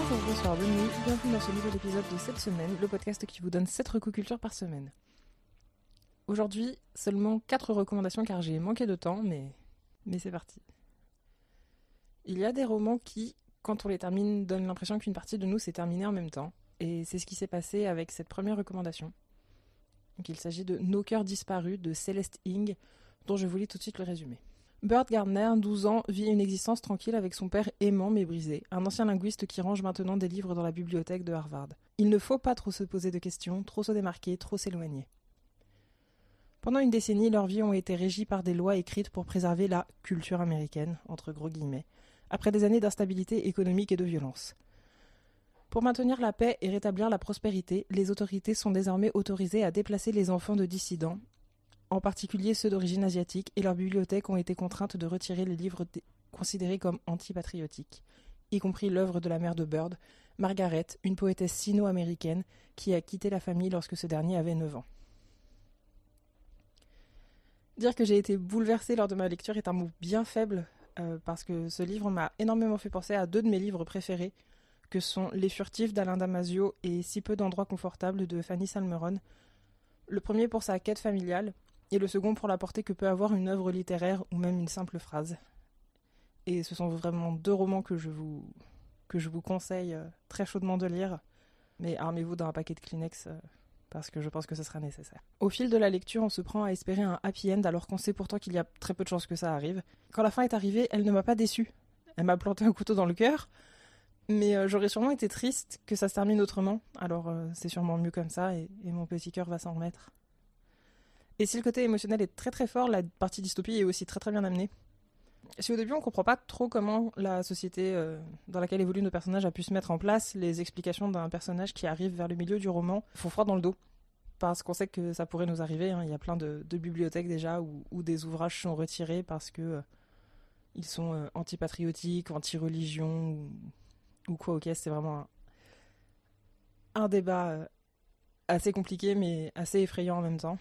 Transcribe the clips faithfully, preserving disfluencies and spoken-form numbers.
Bonjour, bonsoir, bonne nuit, bienvenue dans ce nouvel épisode de cette semaine, le podcast qui vous donne sept recocultures par semaine. Aujourd'hui, seulement quatre recommandations car j'ai manqué de temps, mais, mais c'est parti. Il y a des romans qui, quand on les termine, donnent l'impression qu'une partie de nous s'est terminée en même temps, et c'est ce qui s'est passé avec cette première recommandation. Donc, il s'agit de Nos cœurs disparus de Celeste Ng, dont je vous lis tout de suite le résumé. Burt Gardner, douze ans, vit une existence tranquille avec son père aimant mais brisé, un ancien linguiste qui range maintenant des livres dans la bibliothèque de Harvard. Il ne faut pas trop se poser de questions, trop se démarquer, trop s'éloigner. Pendant une décennie, leurs vies ont été régies par des lois écrites pour préserver la « culture américaine », entre gros guillemets, après des années d'instabilité économique et de violence. Pour maintenir la paix et rétablir la prospérité, les autorités sont désormais autorisées à déplacer les enfants de dissidents, en particulier ceux d'origine asiatique, et leurs bibliothèques ont été contraintes de retirer les livres d- considérés comme antipatriotiques, y compris l'œuvre de la mère de Bird, Margaret, une poétesse sino-américaine qui a quitté la famille lorsque ce dernier avait neuf ans. Dire que j'ai été bouleversée lors de ma lecture est un mot bien faible, euh, parce que ce livre m'a énormément fait penser à deux de mes livres préférés, que sont Les Furtifs d'Alain Damasio et Si peu d'endroits confortables de Fanny Salmeron. Le premier pour sa quête familiale, et le second pour la portée que peut avoir une œuvre littéraire ou même une simple phrase. Et ce sont vraiment deux romans que je vous, que je vous conseille euh, très chaudement de lire, mais armez-vous d'un paquet de Kleenex, euh, parce que je pense que ce sera nécessaire. Au fil de la lecture, on se prend à espérer un happy end alors qu'on sait pourtant qu'il y a très peu de chances que ça arrive. Quand la fin est arrivée, elle ne m'a pas déçue. Elle m'a planté un couteau dans le cœur, mais euh, j'aurais sûrement été triste que ça se termine autrement, alors euh, c'est sûrement mieux comme ça, et, et mon petit cœur va s'en remettre. Et si le côté émotionnel est très très fort, la partie dystopie est aussi très très bien amenée. Si au début on comprend pas trop comment la société euh, dans laquelle évoluent nos personnages a pu se mettre en place, les explications d'un personnage qui arrive vers le milieu du roman font froid dans le dos. Parce qu'on sait que ça pourrait nous arriver, hein. Il y a plein de, de bibliothèques déjà où, où des ouvrages sont retirés parce que euh, ils sont euh, antipatriotiques, anti-religion ou, ou quoi, ok, c'est vraiment un, un débat euh, assez compliqué mais assez effrayant en même temps.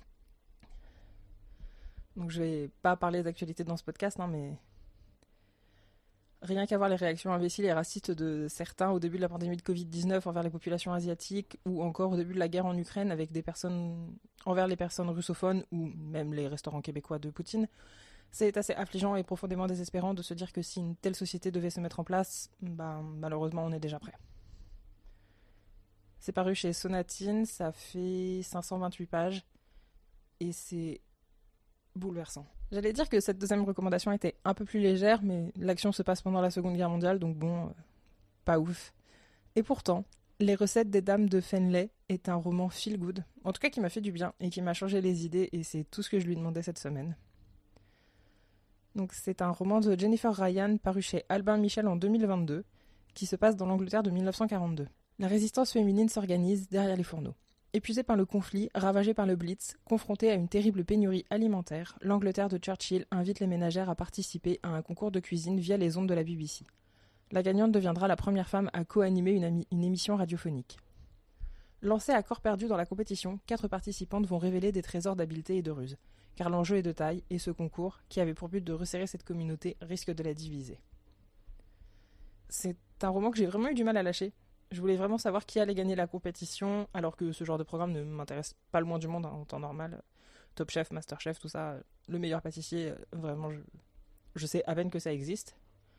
Donc je vais pas parler d'actualité dans ce podcast, hein, mais rien qu'à voir les réactions imbéciles et racistes de certains au début de la pandémie de covid dix-neuf envers les populations asiatiques, ou encore au début de la guerre en Ukraine avec des personnes envers les personnes russophones, ou même les restaurants québécois de Poutine, c'est assez affligeant et profondément désespérant de se dire que si une telle société devait se mettre en place, bah, malheureusement on est déjà prêt. C'est paru chez Sonatine, ça fait cinq cent vingt-huit pages, et c'est bouleversant. J'allais dire que cette deuxième recommandation était un peu plus légère, mais l'action se passe pendant la Seconde Guerre mondiale, donc bon, euh, pas ouf. Et pourtant, Les recettes des dames de Fenley est un roman feel good, en tout cas qui m'a fait du bien et qui m'a changé les idées, et c'est tout ce que je lui demandais cette semaine. Donc c'est un roman de Jennifer Ryan paru chez Albin Michel en deux mille vingt-deux, qui se passe dans l'Angleterre de mille neuf cent quarante-deux. La résistance féminine s'organise derrière les fourneaux. Épuisée par le conflit, ravagée par le Blitz, confrontée à une terrible pénurie alimentaire, l'Angleterre de Churchill invite les ménagères à participer à un concours de cuisine via les ondes de la B B C. La gagnante deviendra la première femme à co-animer une, ami- une émission radiophonique. Lancées à corps perdu dans la compétition, quatre participantes vont révéler des trésors d'habileté et de ruse, car l'enjeu est de taille et ce concours, qui avait pour but de resserrer cette communauté, risque de la diviser. C'est un roman que j'ai vraiment eu du mal à lâcher. Je voulais vraiment savoir qui allait gagner la compétition, alors que ce genre de programme ne m'intéresse pas le moins du monde en temps normal. Top Chef, Master Chef, tout ça, le meilleur pâtissier, vraiment, je, je sais à peine que ça existe.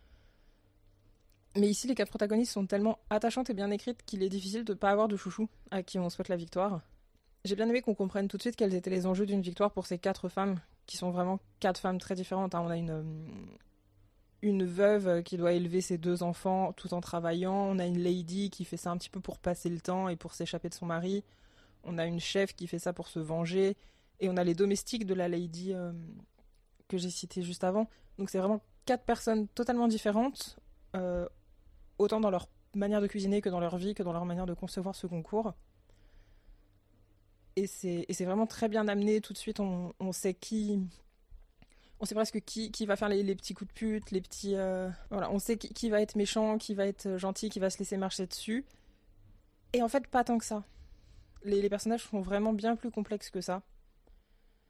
Mais ici, les quatre protagonistes sont tellement attachantes et bien écrites qu'il est difficile de ne pas avoir de chouchou à qui on souhaite la victoire. J'ai bien aimé qu'on comprenne tout de suite quels étaient les enjeux d'une victoire pour ces quatre femmes, qui sont vraiment quatre femmes très différentes. Hein. On a une... une veuve qui doit élever ses deux enfants tout en travaillant. On a une lady qui fait ça un petit peu pour passer le temps et pour s'échapper de son mari. On a une chef qui fait ça pour se venger. Et on a les domestiques de la lady euh, que j'ai citée juste avant. Donc c'est vraiment quatre personnes totalement différentes, euh, autant dans leur manière de cuisiner que dans leur vie, que dans leur manière de concevoir ce concours. Et c'est, et c'est vraiment très bien amené. Tout de suite, on, on sait qui... On sait presque qui, qui va faire les, les petits coups de pute, les petits... Euh... Voilà, on sait qui, qui va être méchant, qui va être gentil, qui va se laisser marcher dessus. Et en fait, pas tant que ça. Les, les personnages sont vraiment bien plus complexes que ça.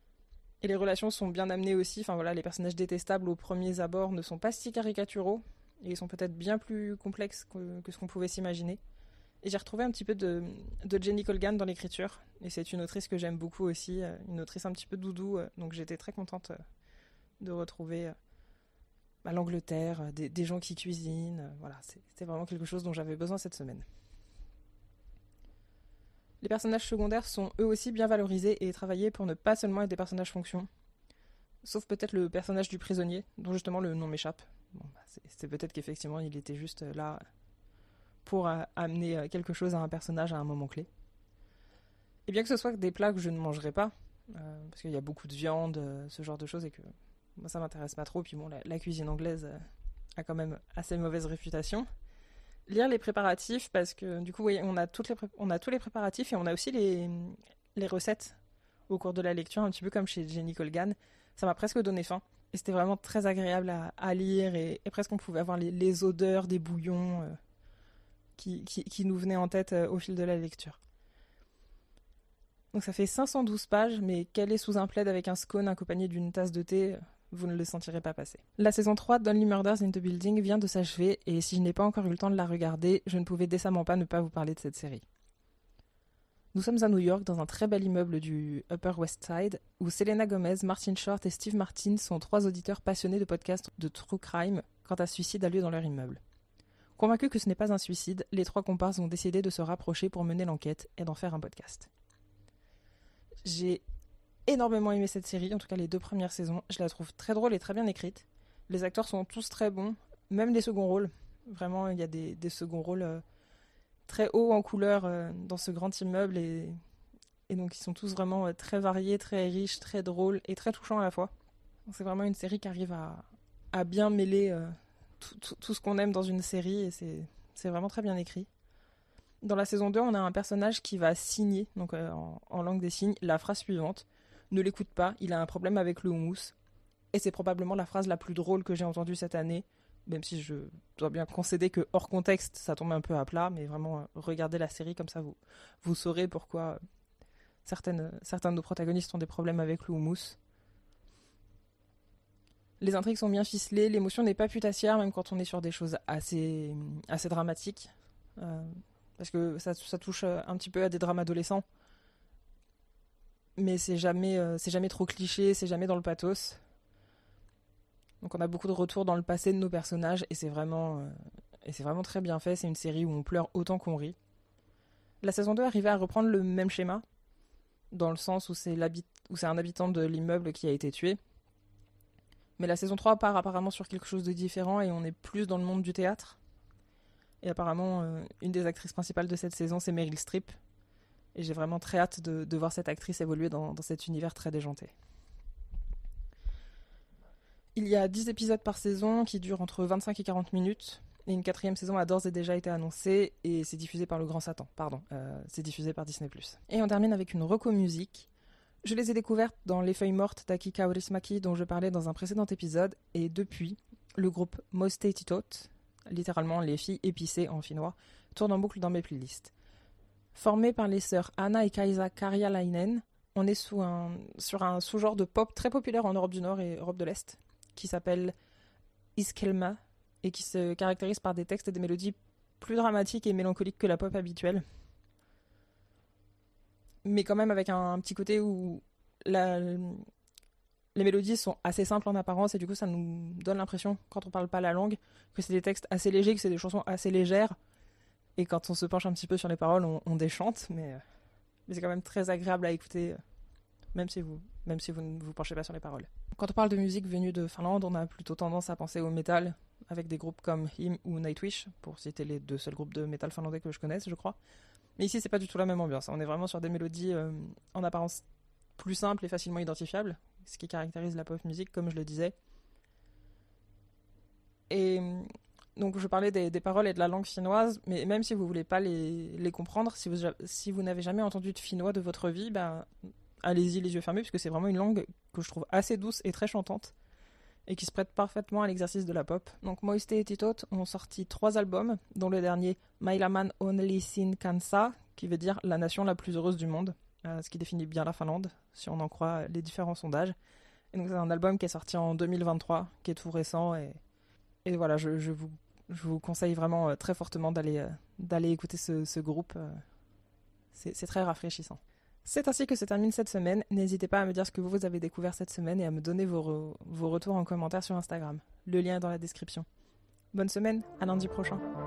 Et les relations sont bien amenées aussi. Enfin voilà, les personnages détestables aux premiers abords ne sont pas si caricaturaux. et ils sont peut-être bien plus complexes que, que ce qu'on pouvait s'imaginer. Et j'ai retrouvé un petit peu de, de Jenny Colgan dans l'écriture, et c'est une autrice que j'aime beaucoup aussi, une autrice un petit peu doudou, donc j'étais très contente de retrouver bah, l'Angleterre, des, des gens qui cuisinent, voilà, c'est, c'était vraiment quelque chose dont j'avais besoin cette semaine. Les personnages secondaires sont eux aussi bien valorisés et travaillés pour ne pas seulement être des personnages fonction, sauf peut-être le personnage du prisonnier, dont justement le nom m'échappe. Bon, bah, c'est, c'est peut-être qu'effectivement il était juste là pour euh, amener quelque chose à un personnage à un moment clé. Et bien que ce soit des plats que je ne mangerai pas, euh, parce qu'il y a beaucoup de viande, euh, ce genre de choses, et que moi ça m'intéresse pas trop, puis bon, la, la cuisine anglaise euh, a quand même assez mauvaise réputation. Lire les préparatifs, parce que du coup, oui, on a, toutes les pré- on a tous les préparatifs, et on a aussi les, les recettes au cours de la lecture, un petit peu comme chez Jenny Colgan. Ça m'a presque donné faim, et c'était vraiment très agréable à, à lire, et, et presque on pouvait avoir les, les odeurs des bouillons euh, qui, qui, qui nous venaient en tête euh, au fil de la lecture. Donc ça fait cinq cent douze pages, mais qu'elle est sous un plaid avec un scone accompagné d'une tasse de thé, vous ne le sentirez pas passer. La saison trois d'Only Murders in the Building vient de s'achever, et si je n'ai pas encore eu le temps de la regarder, je ne pouvais décemment pas ne pas vous parler de cette série. Nous sommes à New York, dans un très bel immeuble du Upper West Side, où Selena Gomez, Martin Short et Steve Martin sont trois auditeurs passionnés de podcasts de true crime quand un suicide a lieu dans leur immeuble. Convaincus que ce n'est pas un suicide, les trois comparses ont décidé de se rapprocher pour mener l'enquête et d'en faire un podcast. J'ai énormément aimé cette série, en tout cas les deux premières saisons. Je la trouve très drôle et très bien écrite. Les acteurs sont tous très bons, même les seconds rôles. Vraiment, il y a des, des seconds rôles euh, très hauts en couleur euh, dans ce grand immeuble. Et, et donc, ils sont tous vraiment euh, très variés, très riches, très drôles et très touchants à la fois. Donc, c'est vraiment une série qui arrive à, à bien mêler euh, tout, tout, tout ce qu'on aime dans une série. Et c'est, c'est vraiment très bien écrit. Dans la saison deux, on a un personnage qui va signer, donc euh, en, en langue des signes, la phrase suivante. Ne l'écoute pas, il a un problème avec le houmous. Et c'est probablement la phrase la plus drôle que j'ai entendue cette année, même si je dois bien concéder que hors contexte, ça tombe un peu à plat, mais vraiment, euh, regardez la série, comme ça vous, vous saurez pourquoi certaines, certains de nos protagonistes ont des problèmes avec le houmous. Les intrigues sont bien ficelées, l'émotion n'est pas putassière, même quand on est sur des choses assez, assez dramatiques. Euh, parce que ça, ça touche un petit peu à des drames adolescents. Mais c'est jamais, euh, c'est jamais trop cliché, c'est jamais dans le pathos. Donc on a beaucoup de retours dans le passé de nos personnages, et c'est vraiment, euh, et c'est vraiment très bien fait. C'est une série où on pleure autant qu'on rit. La saison deux arrivait à reprendre le même schéma, dans le sens où c'est, l'habit- où c'est un habitant de l'immeuble qui a été tué. Mais la saison trois part apparemment sur quelque chose de différent, et on est plus dans le monde du théâtre. Et apparemment, euh, une des actrices principales de cette saison, c'est Meryl Streep. Et j'ai vraiment très hâte de, de voir cette actrice évoluer dans, dans cet univers très déjanté. Il y a dix épisodes par saison qui durent entre vingt-cinq et quarante minutes. Et une quatrième saison a d'ores et déjà été annoncée, et c'est diffusé par le Grand Satan. Pardon, euh, c'est diffusé par Disney plus. Et on termine avec une reco musique. Je les ai découvertes dans Les Feuilles Mortes d'Aki Kaurismäki, dont je parlais dans un précédent épisode, et depuis, le groupe Moiste Titot, littéralement les filles épicées en finnois, tourne en boucle dans mes playlists. Formé par les sœurs Anna et Kaisa Karjalainen, on est sous un, sur un sous-genre de pop très populaire en Europe du Nord et Europe de l'Est, qui s'appelle Iskelma, et qui se caractérise par des textes et des mélodies plus dramatiques et mélancoliques que la pop habituelle. Mais quand même avec un, un petit côté où la, les mélodies sont assez simples en apparence, et du coup ça nous donne l'impression, quand on parle pas la langue, que c'est des textes assez légers, que c'est des chansons assez légères. Et quand on se penche un petit peu sur les paroles, on, on déchante, mais, euh, mais c'est quand même très agréable à écouter, euh, même, si vous, même si vous ne vous penchez pas sur les paroles. Quand on parle de musique venue de Finlande, on a plutôt tendance à penser au métal, avec des groupes comme Him ou Nightwish, pour citer les deux seuls groupes de métal finlandais que je connaisse, je crois. Mais ici, c'est pas du tout la même ambiance. On est vraiment sur des mélodies euh, en apparence plus simples et facilement identifiables, ce qui caractérise la pop music, comme je le disais. Et donc je parlais des, des paroles et de la langue finnoise, mais même si vous voulez pas les, les comprendre, si vous, si vous n'avez jamais entendu de finnois de votre vie, ben, allez-y les yeux fermés, puisque c'est vraiment une langue que je trouve assez douce et très chantante, et qui se prête parfaitement à l'exercice de la pop. Donc Moiste et Titot ont sorti trois albums, dont le dernier Mailaman Onnellisin Kansa, qui veut dire la nation la plus heureuse du monde, euh, ce qui définit bien la Finlande, si on en croit les différents sondages. Et donc c'est un album qui est sorti en deux mille vingt-trois, qui est tout récent, et, et voilà, je, je vous je vous conseille vraiment euh, très fortement d'aller euh, d'aller écouter ce, ce groupe. Euh, c'est, c'est très rafraîchissant. C'est ainsi que se termine cette semaine. N'hésitez pas à me dire ce que vous, vous avez découvert cette semaine et à me donner vos, re- vos retours en commentaire sur Instagram. Le lien est dans la description. Bonne semaine, à lundi prochain.